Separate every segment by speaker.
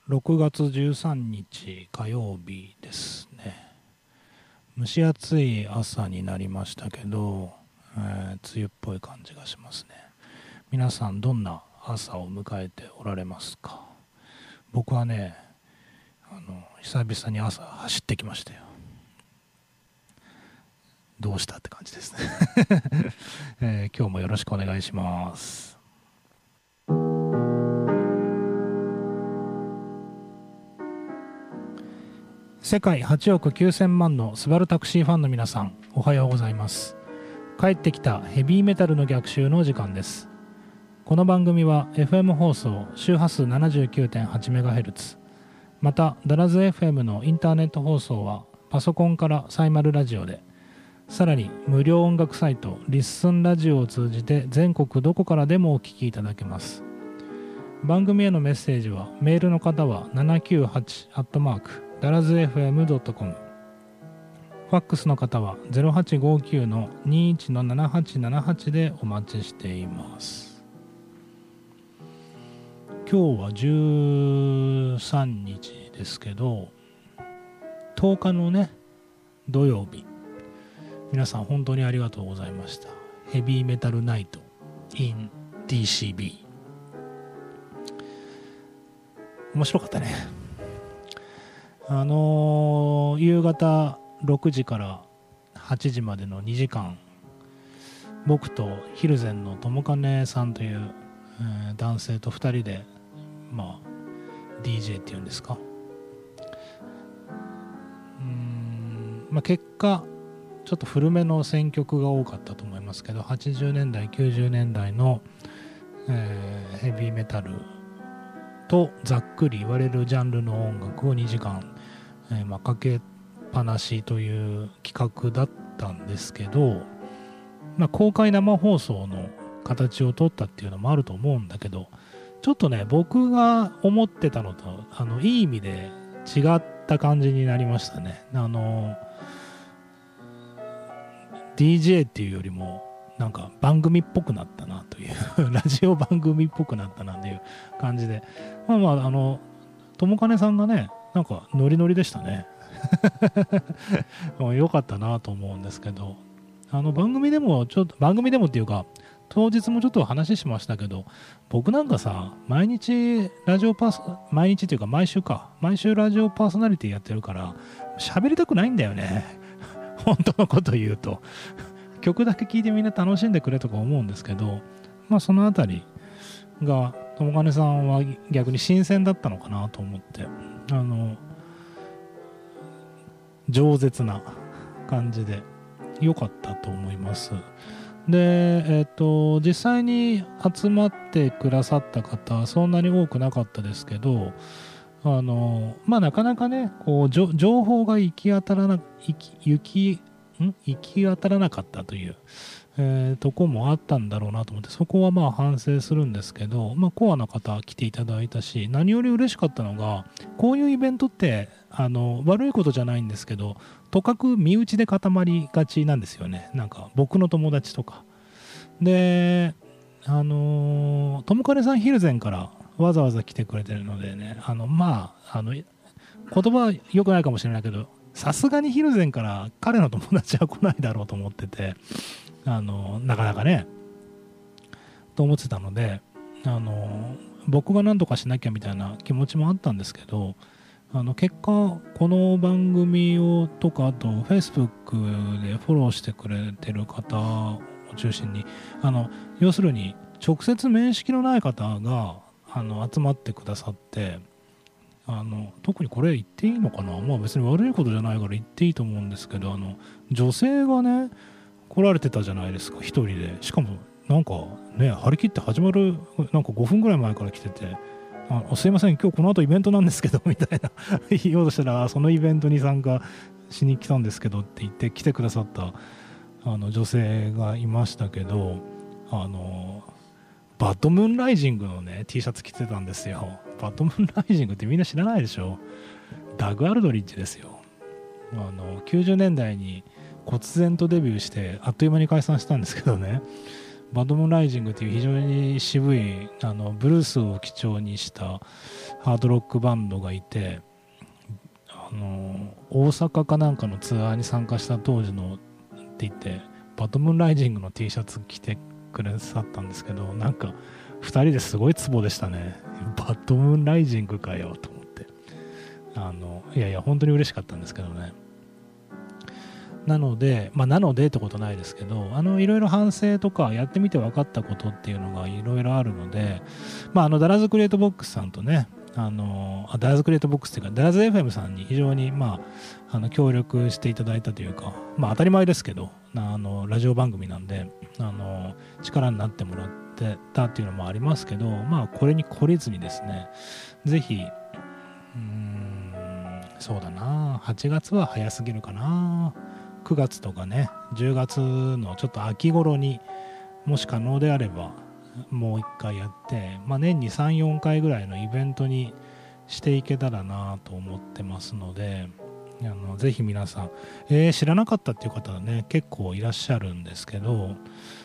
Speaker 1: 6月13日火曜日ですね。蒸し暑い朝になりましたけど、梅雨っぽい感じがしますね。皆さんどんな朝を迎えておられますか？僕はね、久々に朝走ってきましたよ。どうしたって感じですね、今日もよろしくお願いします。世界8億9000万のスバルタクシーファンの皆さん、おはようございます。帰ってきたヘビーメタルの逆襲の時間です。この番組は FM 放送周波数 79.8MHz、 またダラズ FM のインターネット放送はパソコンからサイマルラジオで、さらに無料音楽サイトリッスンラジオを通じて全国どこからでもお聞きいただけます。番組へのメッセージはメールの方は798ダラズ FM.com、 ファックスの方は 0859-21-7878 でお待ちしています。今日は13日ですけど、10日のね土曜日、皆さん本当にありがとうございました。ヘビーメタルナイト in DCB、 面白かったね。夕方6時から8時までの2時間、僕とヒルゼンの友金さんという、男性と2人で、DJ っていうんですか、結果ちょっと古めの選曲が多かったと思いますけど、80年代90年代の、ヘビーメタルとざっくり言われるジャンルの音楽を2時間、かけっぱなしという企画だったんですけど、公開生放送の形を取ったっていうのもあると思うんだけど、ちょっとね僕が思ってたのといい意味で違った感じになりましたね。DJ っていうよりもなんか番組っぽくなったなというラジオ番組っぽくなったなという感じで、友金さんがねなんかノリノリでしたねよかったなと思うんですけど、番組でもっていうか当日もちょっと話しましたけど、僕なんかさ毎日っていうか毎週ラジオパーソナリティやってるから喋りたくないんだよね本当のこと言うと曲だけ聴いてみんな楽しんでくれとか思うんですけど、そのあたりが友金さんは逆に新鮮だったのかなと思って、饒舌な感じで良かったと思います。で、実際に集まってくださった方はそんなに多くなかったですけど、なかなかねこう情報が行き当たらなかったという、とこもあったんだろうなと思って、そこは反省するんですけど、コアな方来ていただいたし、何より嬉しかったのが、こういうイベントって悪いことじゃないんですけど、とかく身内で固まりがちなんですよね。なんか僕の友達とかで、友金さんヒルゼンからわざわざ来てくれてるのでね、言葉良くないかもしれないけど、さすがにヒルゼンから彼の友達は来ないだろうと思ってて、なかなかねと思ってたので、僕が何とかしなきゃみたいな気持ちもあったんですけど、結果この番組をとか、あと Facebook でフォローしてくれてる方を中心に、要するに直接面識のない方が集まってくださって、特にこれ言っていいのかな、別に悪いことじゃないから言っていいと思うんですけど、女性がね来られてたじゃないですか、一人で。しかもなんかね張り切って始まるなんか5分ぐらい前から来てて、すいません今日この後イベントなんですけどみたいな言おうとしたら、そのイベントに参加しに来たんですけどって言って来てくださった女性がいましたけど、バッドムーンライジングのね T シャツ着てたんですよ。バッドムーンライジングってみんな知らないでしょ。ダグ・アルドリッジですよ。90年代に忽然とデビューしてあっという間に解散したんですけどね、 バッドムーンライジングという非常に渋いブルースを基調にしたハードロックバンドがいて、大阪かなんかのツアーに参加した当時のって言ってバッドムーンライジングの T シャツ着てくださったんですけど、なんか2人ですごいツボでしたね。バッドムーンライジングかよと思って、いやいや本当に嬉しかったんですけどね。なのでってことないですけど、いろいろ反省とかやってみて分かったことっていうのがいろいろあるので、ダラズクリエイトボックスさんとね、ダラズクリエイトボックスっていうかダラズ FM さんに非常に協力していただいたというか、当たり前ですけどラジオ番組なんで力になってもらってたっていうのもありますけど、これに懲りずにですね、ぜひそうだな、8月は早すぎるかな、9月とかね10月のちょっと秋頃にもし可能であればもう一回やって、年に 3,4 回ぐらいのイベントにしていけたらなと思ってますので、ぜひ皆さん、知らなかったっていう方はね結構いらっしゃるんですけど、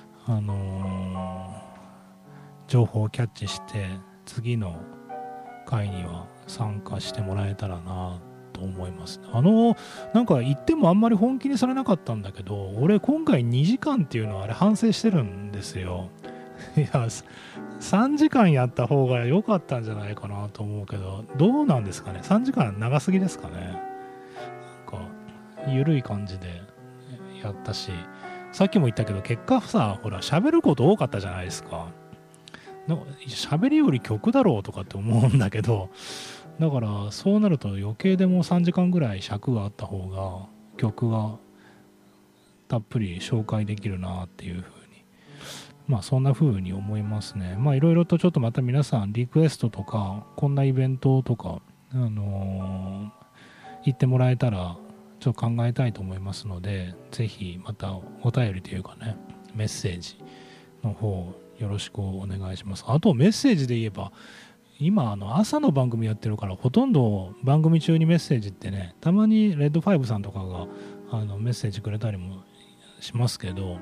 Speaker 1: 情報をキャッチして次の会には参加してもらえたらなと思います。なんか言ってもあんまり本気にされなかったんだけど、俺今回2時間っていうのはあれ反省してるんですよ。いや3時間やった方が良かったんじゃないかなと思うけど、どうなんですかね。3時間長すぎですかね。なんか緩い感じでやったし、さっきも言ったけど結果さ、ほら喋ること多かったじゃないですか。喋りより曲だろうとかって思うんだけど、だからそうなると余計でも3時間ぐらい尺があった方が曲がたっぷり紹介できるなっていうふうに、そんな風に思いますね。いろいろとちょっとまた皆さんリクエストとかこんなイベントとか言ってもらえたらちょっと考えたいと思いますので、ぜひまたお便りというかね、メッセージの方よろしくお願いします。あとメッセージで言えば、今朝の番組やってるからほとんど番組中にメッセージってね、たまにレッドファイブさんとかがメッセージくれたりもしますけど、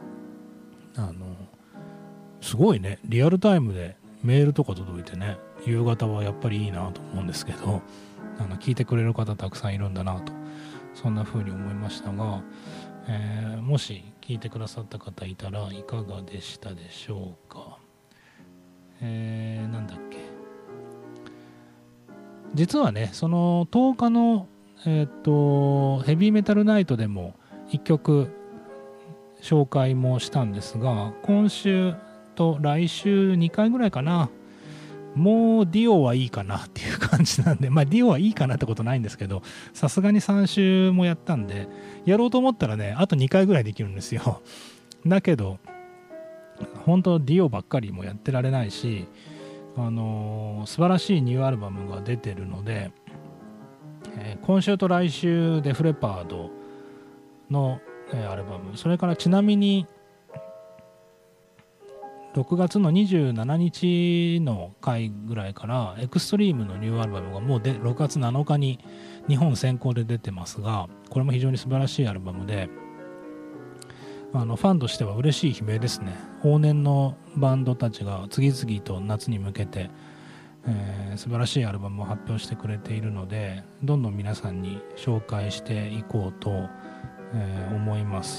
Speaker 1: すごいね、リアルタイムでメールとか届いてね、夕方はやっぱりいいなと思うんですけど、聞いてくれる方たくさんいるんだなと、そんな風に思いましたが、もし聞いてくださった方いたらいかがでしたでしょうか。なんだっけ、実はね、その10日の、ヘビーメタルナイトでも1曲紹介もしたんですが、今週と来週2回ぐらいかな、もうディオはいいかなっていう感じなんで、ディオはいいかなってことないんですけど、さすがに3週もやったんで、やろうと思ったらね、あと2回ぐらいできるんですよ。だけど、本当ディオばっかりもやってられないし、素晴らしいニューアルバムが出てるので、今週と来週デフレパードの、アルバム、それからちなみに6月の27日の回ぐらいからエクストリームのニューアルバムがもう6月7日に日本先行で出てますが、これも非常に素晴らしいアルバムで、ファンとしては嬉しい悲鳴ですね。往年のバンドたちが次々と夏に向けて、素晴らしいアルバムを発表してくれているので、どんどん皆さんに紹介していこうと、思います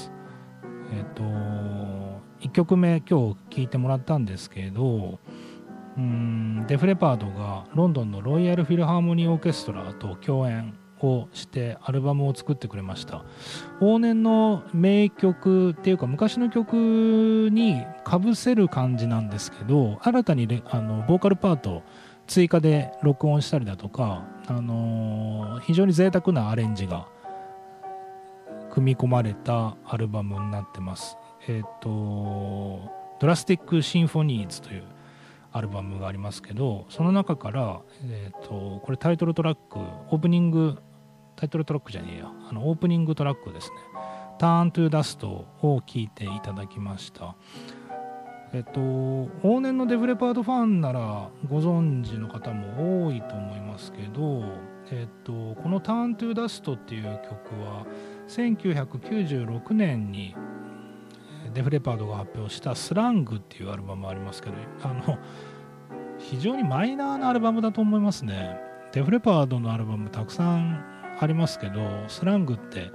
Speaker 1: 。1曲目今日聴いてもらったんですけど、デフレパードがロンドンのロイヤルフィルハーモニーオーケストラと共演をしてアルバムを作ってくれました。往年の名曲っていうか昔の曲にかぶせる感じなんですけど、新たにボーカルパート追加で録音したりだとか、非常に贅沢なアレンジが組み込まれたアルバムになってます。ドラスティックシンフォニーズというアルバムがありますけど、その中から、これタイトルトラック、オープニングタイトルトラックじゃねえや、オープニングトラックですね、ターントゥダストを聴いていただきました。往年のデフレパードファンならご存知の方も多いと思いますけど、このターントゥダストっていう曲は1996年にデフレパードが発表したスラングっていうアルバムありますけど、非常にマイナーなアルバムだと思いますね。デフレパードのアルバムたくさんありますけど、スラングって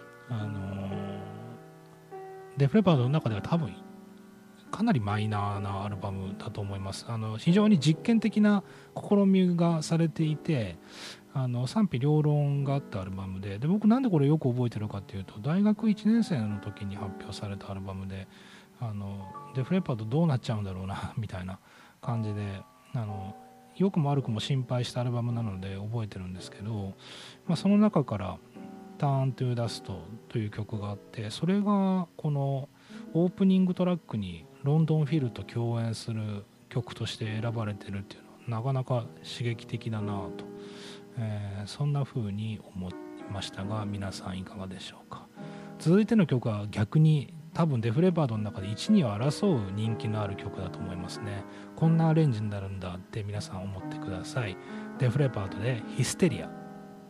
Speaker 1: デフレパードの中では多分かなりマイナーなアルバムだと思います。非常に実験的な試みがされていて、賛否両論があったアルバムで、僕なんでこれよく覚えてるかっていうと、大学1年生の時に発表されたアルバムで、デフレパードどうなっちゃうんだろうなみたいな感じで、良くも悪くも心配したアルバムなので覚えてるんですけど、その中から「Turn to Dust」という曲があって、それがこのオープニングトラックにロンドンフィルと共演する曲として選ばれてるっていうのはなかなか刺激的だなと、そんな風に思いましたが、皆さんいかがでしょうか。続いての曲は逆に多分デフレパードの中で1、2を争う人気のある曲だと思いますね。こんなアレンジになるんだって皆さん思ってください。デフレパードでヒステリア。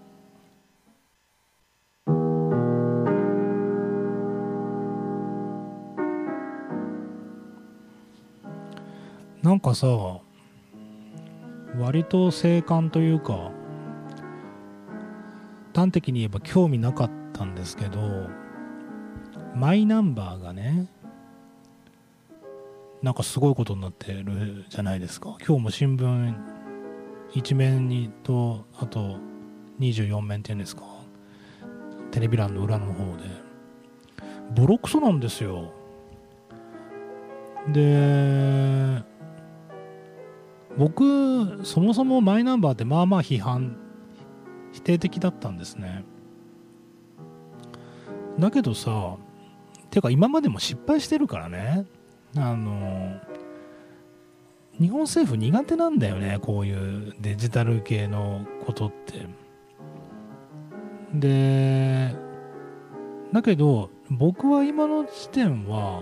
Speaker 1: なんかさ、割と静観というか、端的に言えば興味なかったんですけど、マイナンバーがね、なんかすごいことになってるじゃないですか。今日も新聞一面にと、あと24面っていうんですか、テレビ欄の裏の方でボロクソなんですよ。で、僕そもそもマイナンバーってまあまあ否定的だったんですね。だけどさ、てか今までも失敗してるからね、日本政府苦手なんだよね、こういうデジタル系のことって。で、だけど僕は今の時点は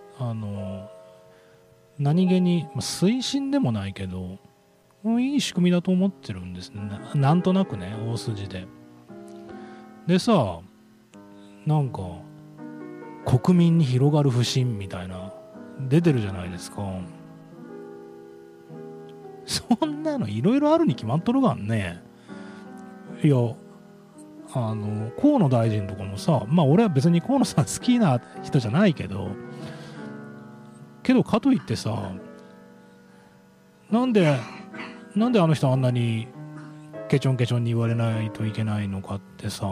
Speaker 1: 何気に、推進でもないけどいい仕組みだと思ってるんですね。なんとなくね、大筋で。でさ、なんか国民に広がる不信みたいな出てるじゃないですか。そんなのいろいろあるに決まっとるがんね。いや、河野大臣とかもさ、俺は別に河野さん好きな人じゃないけどかといってさ、なんであの人あんなにケチョンケチョンに言われないといけないのかってさ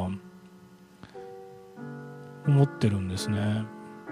Speaker 1: 思ってるんですね。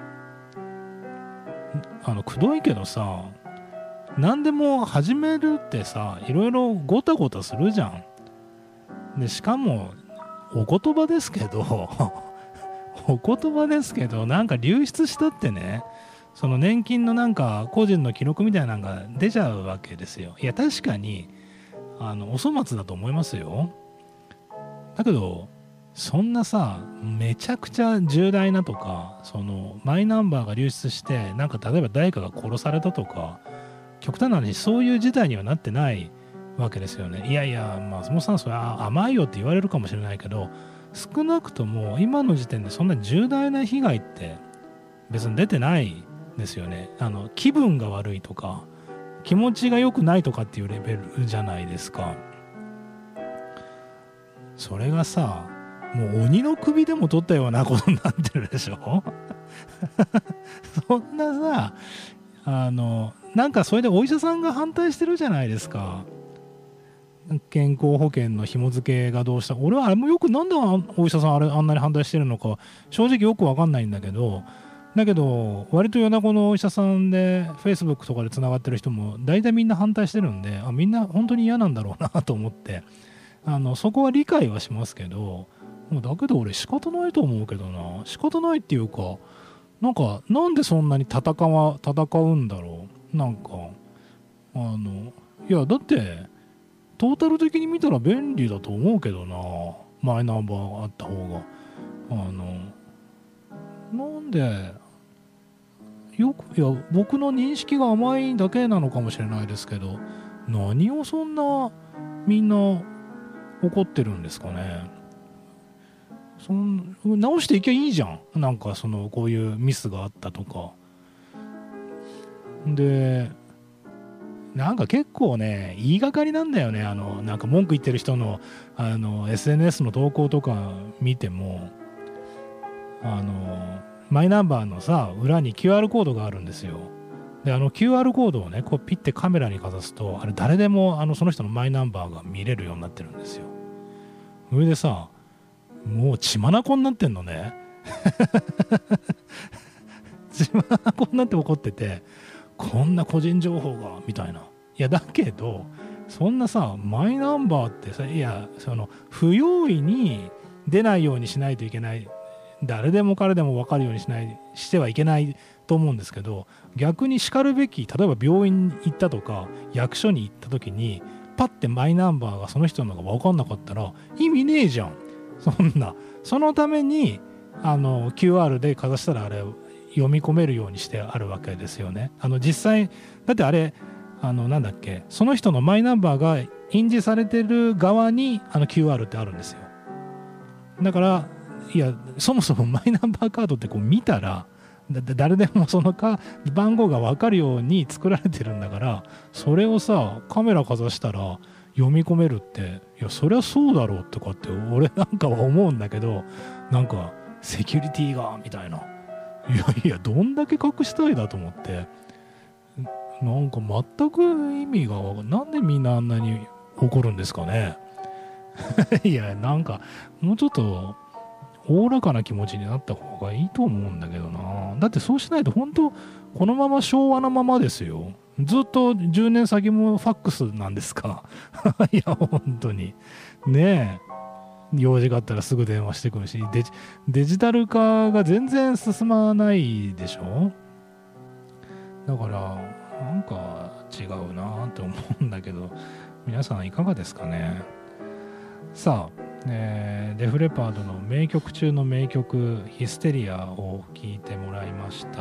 Speaker 1: くどいけどさ、何でも始めるってさ、いろいろごたごたするじゃん。でしかもお言葉ですけどお言葉ですけど、なんか流出したってね、その年金のなんか個人の記録みたいなのが出ちゃうわけですよ。いや確かにお粗末だと思いますよ。だけどそんなさ、めちゃくちゃ重大なとか、そのマイナンバーが流出してなんか例えば誰かが殺されたとか、極端な話そういう事態にはなってないわけですよね。いやいや、松本さんそれは甘いよって言われるかもしれないけど、少なくとも今の時点でそんな重大な被害って別に出てないですよね。気分が悪いとか気持ちが良くないとかっていうレベルじゃないですか。それがさ、もう鬼の首でも取ったようなことになってるでしょそんなさ、なんかそれでお医者さんが反対してるじゃないですか。健康保険の紐付けがどうした、俺はあれもよくなんでお医者さんあんなに反対してるのか正直よく分かんないんだけど、割と米子のお医者さんで Facebook とかでつながってる人も大体みんな反対してるんで、みんな本当に嫌なんだろうなと思って、そこは理解はしますけど、だけど俺仕方ないと思うけどな。仕方ないっていうか、なんでそんなに戦うんだろう。いやだってトータル的に見たら便利だと思うけどな、マイナンバーがあった方が。なんでいや僕の認識が甘いだけなのかもしれないですけど、何をそんなみんな怒ってるんですかね。 直していきゃいいじゃん。なんかこういうミスがあったとかで、なんか結構ね言いがかりなんだよね。なんか文句言ってる人のSNS の投稿とか見ても、マイナンバーのさ裏に QR コードがあるんですよ。でQR コードをねこうピッてカメラにかざすと、あれ誰でもその人のマイナンバーが見れるようになってるんですよ。上でさ、もう血眼になってんのね。血眼になって怒ってて、こんな個人情報がみたいな。いやだけどそんなさマイナンバーってさ、いや不用意に出ないようにしないといけない、誰でも彼でも分かるようにしてはいけないと思うんですけど、逆にしかるべき、例えば病院に行ったとか役所に行った時にパッてマイナンバーがその人のが分かんなかったら意味ねえじゃん。そのためにQR でかざしたらあれ読み込めるようにしてあるわけですよね。実際だってあれなんだっけ、その人のマイナンバーが印字されてる側にQR ってあるんですよ。だからいやそもそもマイナンバーカードってこう見たら誰でもその番号が分かるように作られてるんだから、それをさカメラかざしたら読み込めるって、いやそりゃそうだろうとかって俺なんかは思うんだけど、なんかセキュリティがみたいな、いやどんだけ隠したいだと思って、なんか全く意味がなんでみんなあんなに怒るんですかね。いやなんかもうちょっとおおらかな気持ちになった方がいいと思うんだけどな。だってそうしないと本当このまま昭和のままですよ。ずっと10年先もファックスなんですか。いや本当にねえ、用事があったらすぐ電話してくるし、デジタル化が全然進まないでしょ。だからなんか違うなって思うんだけど、皆さんいかがですかね。さあ、デフレパードの名曲中の名曲ヒステリアを聴いてもらいました。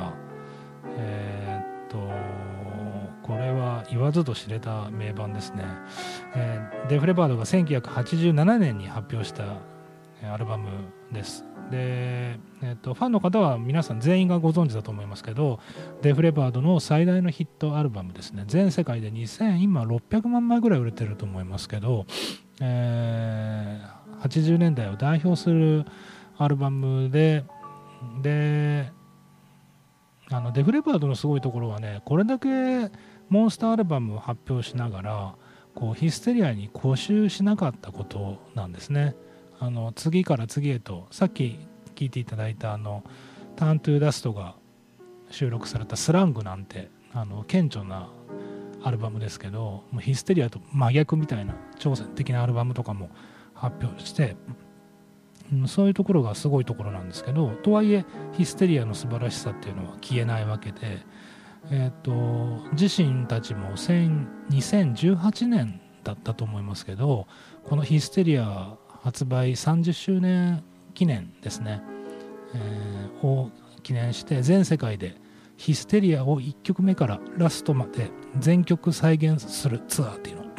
Speaker 1: これは言わずと知れた名盤ですね。デフレパードが1987年に発表したアルバムです。で、ファンの方は皆さん全員がご存知だと思いますけど、デフレパードの最大のヒットアルバムですね。全世界で今600万枚ぐらい売れてると思いますけど、80年代を代表するアルバムで、デフレパードのすごいところはね、これだけモンスターアルバムを発表しながらこうヒステリアに固執しなかったことなんですね。次から次へと、さっき聞いていただいたターントゥーダストが収録されたスラングなんて顕著なアルバムですけど、もうヒステリアと真逆みたいな挑戦的なアルバムとかも発表して、そういうところがすごいところなんですけど、とはいえヒステリアの素晴らしさっていうのは消えないわけで、自身たちも2018年だったと思いますけど、このヒステリア発売30周年記念ですね、を記念して全世界でヒステリアを1曲目からラストまで全曲再現するツアーっていうのを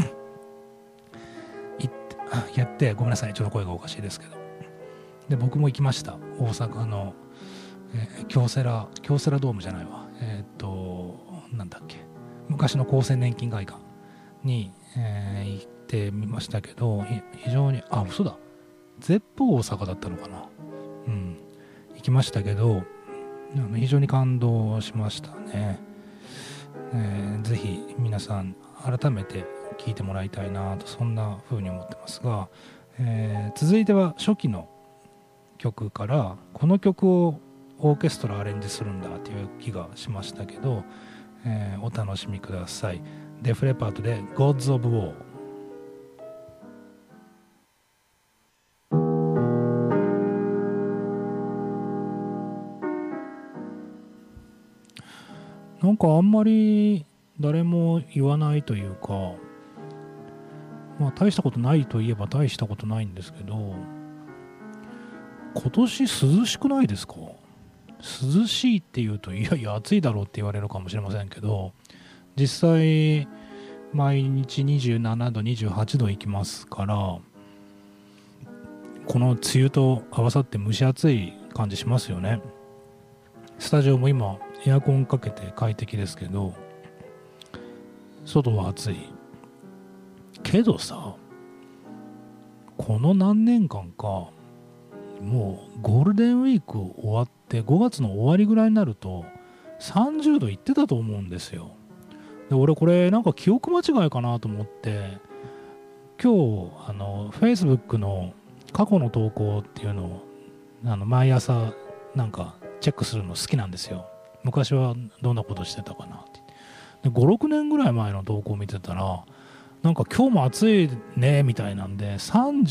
Speaker 1: やって、ごめんなさいちょっと声がおかしいですけど、で僕も行きました。大阪の、京セラドームじゃないわ、なんだっけ、昔の厚生年金会館に、行ってみましたけど、非常に嘘だ、ゼップ大阪だったのかな、行きましたけど非常に感動しましたね。ぜひ皆さん改めて聴いてもらいたいなと、そんな風に思ってますが、続いては初期の曲から、この曲をオーケストラアレンジするんだという気がしましたけど、お楽しみください。デフレパートで Gods of War。なんかあんまり誰も言わないというか、大したことないといえば大したことないんですけど、今年涼しくないですか？涼しいっていうと、いやいや暑いだろうって言われるかもしれませんけど、実際毎日27度28度いきますから、 この梅雨と合わさって蒸し暑い感じしますよね。スタジオも今エアコンかけて快適ですけど、外は暑いけどさ、この何年間かもうゴールデンウィーク終わって5月の終わりぐらいになると30度いってたと思うんですよ。で俺これなんか記憶間違いかなと思って、今日Facebook の過去の投稿っていうのを毎朝なんかチェックするの好きなんですよ。昔はどんなことしてたかなって。で5、6年ぐらい前の投稿を見てたら、なんか今日も暑いねみたいなんで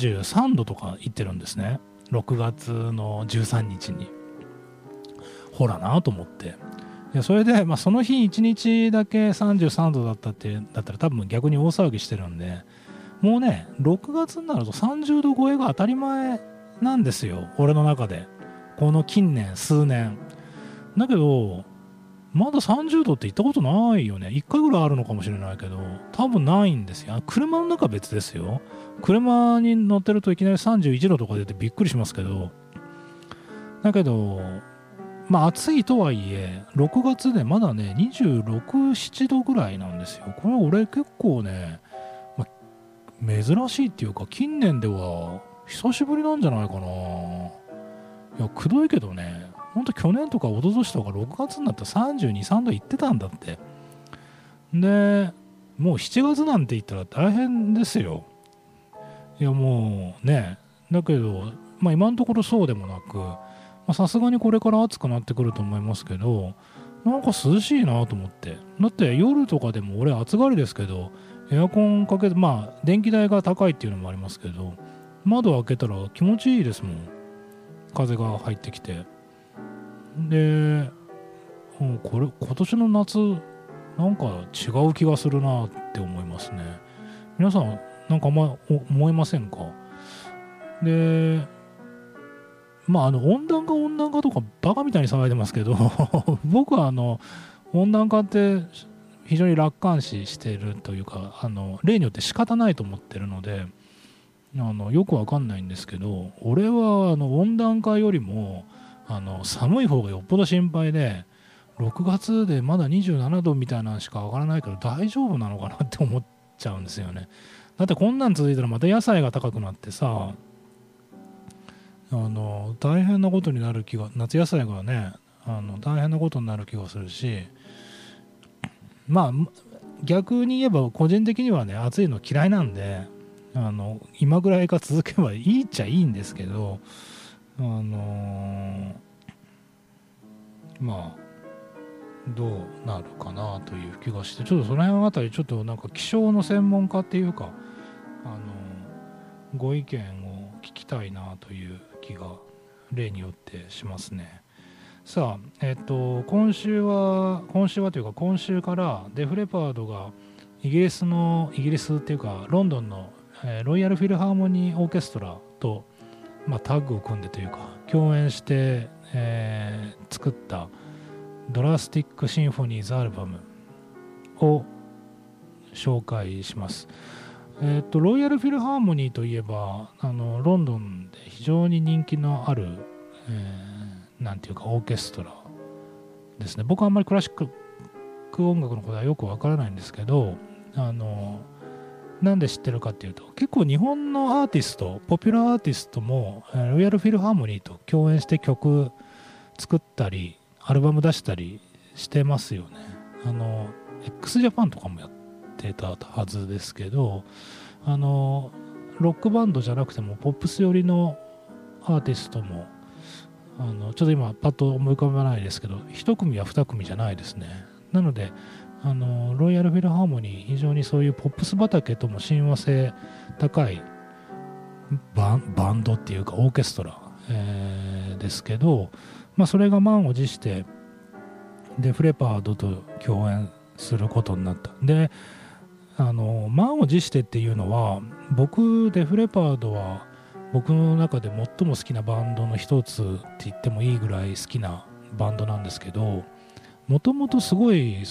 Speaker 1: 33度とか言ってるんですね。6月の13日に。ほらなと思って。いやそれで、その日1日だけ33度だったら多分逆に大騒ぎしてるんで、もうね、6月になると30度超えが当たり前なんですよ、俺の中で。この近年、数年。だけど、まだ30度って言ったことないよね。1回ぐらいあるのかもしれないけど、多分ないんですよ。車の中は別ですよ。車に乗ってるといきなり31度とか出てびっくりしますけど、だけど、暑いとはいえ、6月でまだね、26、7度ぐらいなんですよ。これ俺結構ね、珍しいっていうか、近年では久しぶりなんじゃないかな。いや、くどいけどね、ほんと去年とか一昨年とか6月になったら32、3度いってたんだって。で、もう7月なんて言ったら大変ですよ。いや、もうね、だけど、今のところそうでもなく、さすがにこれから暑くなってくると思いますけど、なんか涼しいなと思って。だって夜とかでも俺暑がりですけど、エアコンかけて、電気代が高いっていうのもありますけど、窓開けたら気持ちいいですもん。風が入ってきて。で、これ、今年の夏、なんか違う気がするなって思いますね。皆さん、なんかあんま思いませんか？で、温暖化とかバカみたいに騒いでますけど僕は温暖化って非常に楽観視しているというか、例によって仕方ないと思ってるので、よくわかんないんですけど、俺は温暖化よりも寒い方がよっぽど心配で、6月でまだ27度みたいなのしか上がらないから大丈夫なのかなって思っちゃうんですよね。だってこんなん続いたらまた野菜が高くなってさ、大変なことになる気が、夏野菜がね、大変なことになる気がするし、逆に言えば個人的にはね、暑いの嫌いなんで、今ぐらいが続けばいいっちゃいいんですけど、どうなるかなという気がして、ちょっとその辺あたりちょっとなんか気象の専門家っていうか、ご意見を聞きたいなという気が例によってしますね。さあ、今週というか今週からデフレパードがイギリスっていうかロンドンの、ロイヤルフィルハーモニーオーケストラと、タッグを組んでというか共演して、作ったドラスティックシンフォニーズアルバムを紹介します。ロイヤルフィルハーモニーといえばロンドンで非常に人気のある、なんていうかオーケストラですね。僕はあんまりクラシック音楽のことはよくわからないんですけど、なんで知ってるかっていうと、結構日本のアーティスト、ポピュラーアーティストもロイヤルフィルハーモニーと共演して曲作ったりアルバム出したりしてますよね。x ジャパンとかもやってたはずですけど、ロックバンドじゃなくてもポップス寄りのアーティストもちょっと今パッと思い浮かばないですけど、1組や2組じゃないですね。なのでロイヤルフィルハーモニー、非常にそういうポップス畑とも親和性高いバンドっていうかオーケストラ、ですけど、それが満を持してデフレパードと共演することになった。で満を持してっていうのは、僕デフレパードは僕の中で最も好きなバンドの一つって言ってもいいぐらい好きなバンドなんですけど、もともとすごい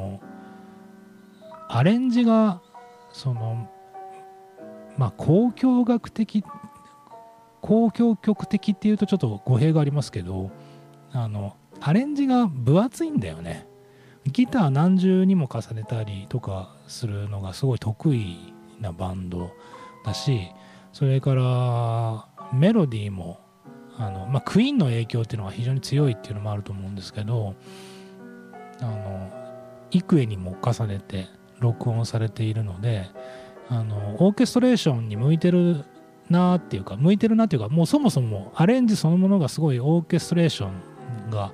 Speaker 1: アレンジが交響楽的交響曲的っていうとちょっと語弊がありますけど、アレンジが分厚いんだよね。ギター何重にも重ねたりとかするのがすごい得意なバンドだし、それからメロディーもクイーンの影響っていうのが非常に強いっていうのもあると思うんですけど、幾重にも重ねて録音されているので、オーケストレーションに向いてるなっていうか、もうそもそもアレンジそのものがすごいオーケストレーションが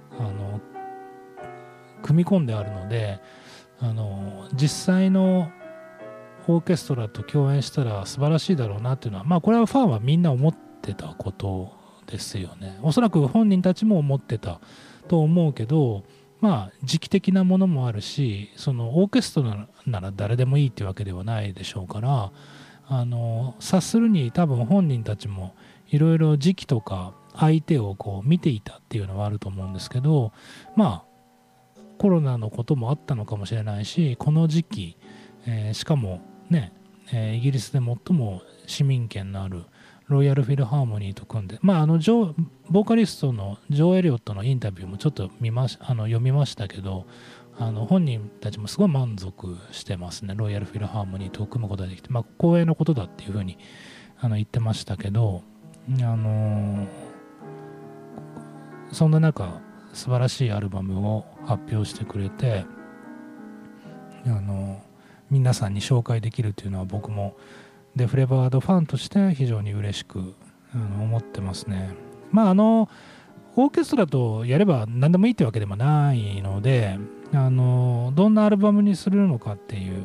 Speaker 1: 組み込んであるので、実際のオーケストラと共演したら素晴らしいだろうなっていうのは、これはファンはみんな思ってたことですよね。おそらく本人たちも思ってたと思うけど、時期的なものもあるし、そのオーケストラなら誰でもいいっていうわけではないでしょうから、察するに多分本人たちもいろいろ時期とか相手をこう見ていたっていうのはあると思うんですけど、コロナのこともあったのかもしれないし、この時期、しかもね、イギリスで最も市民権のあるロイヤルフィルハーモニーと組んで、ボーカリストのジョー・エリオットのインタビューもちょっと読みましたけど、本人たちもすごい満足してますね。ロイヤルフィルハーモニーと組むことができて、光栄なことだっていうふうに言ってましたけど、そんな中素晴らしいアルバムを発表してくれて、皆さんに紹介できるというのは僕もデフレバードファンとして非常に嬉しく思ってますね。オーケストラとやれば何でもいいってわけでもないので、どんなアルバムにするのかっていう、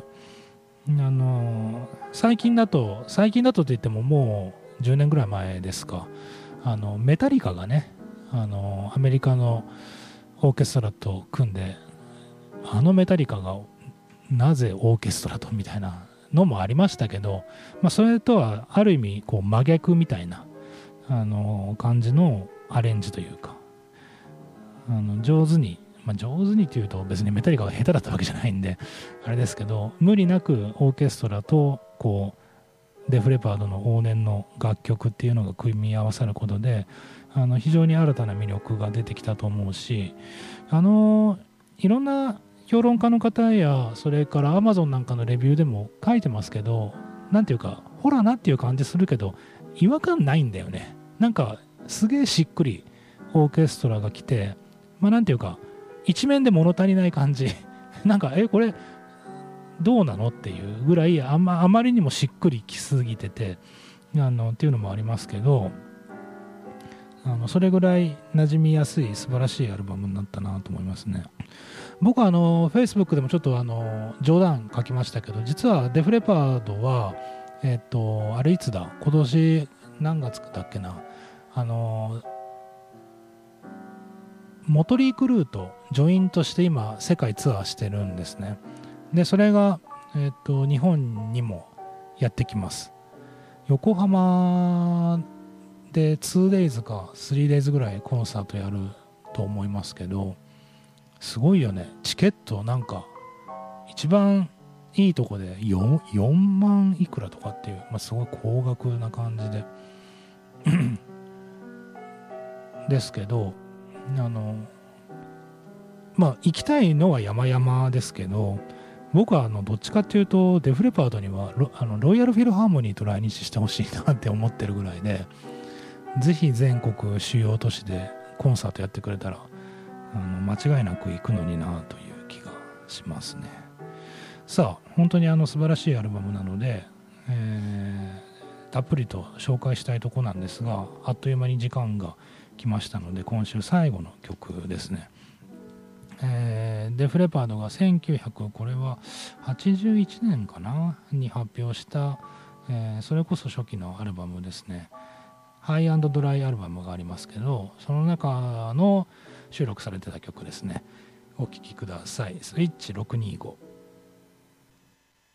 Speaker 1: 最近だとといってももう10年ぐらい前ですか、メタリカがね、アメリカのオーケストラと組んで、メタリカがなぜオーケストラとみたいなのもありましたけど、それとはある意味こう真逆みたいな感じのアレンジというか、上手にというと別にメタリカが下手だったわけじゃないんであれですけど、無理なくオーケストラとこうデフレパードの往年の楽曲っていうのが組み合わさることで非常に新たな魅力が出てきたと思うし、いろんな評論家の方やそれから Amazon なんかのレビューでも書いてますけど、なんていうかほらなっていう感じするけど違和感ないんだよね。なんかすげえしっくりオーケストラが来て、なんていうか一面で物足りない感じなんかこれどうなのっていうぐらいあまりにもしっくりきすぎててっていうのもありますけど、それぐらい馴染みやすい素晴らしいアルバムになったなと思いますね。僕はFacebook でもちょっと冗談書きましたけど、実はデフレパードはあれいつだ、今年何月だっけな、モトリー・クルーとジョイントして今世界ツアーしてるんですね。でそれが日本にもやってきます。横浜で 2days か 3days ぐらいコンサートやると思いますけど、すごいよね。チケットなんか一番いいとこで 4万いくらとかっていう、すごい高額な感じでですけど、行きたいのは山々ですけど、僕はどっちかっていうとデフレパードにはロイヤルフィルハーモニーと来日してほしいなって思ってるぐらいで、ぜひ全国主要都市でコンサートやってくれたら間違いなく行くのになという気がしますね。さあ本当に素晴らしいアルバムなので、たっぷりと紹介したいとこなんですが、あっという間に時間が来ましたので今週最後の曲ですね。デフレパードが1981年かなに発表した、それこそ初期のアルバムですね。ハイ&ドライアルバムがありますけど、その中の収録されてた曲ですね。お聴きください。スイッチ625。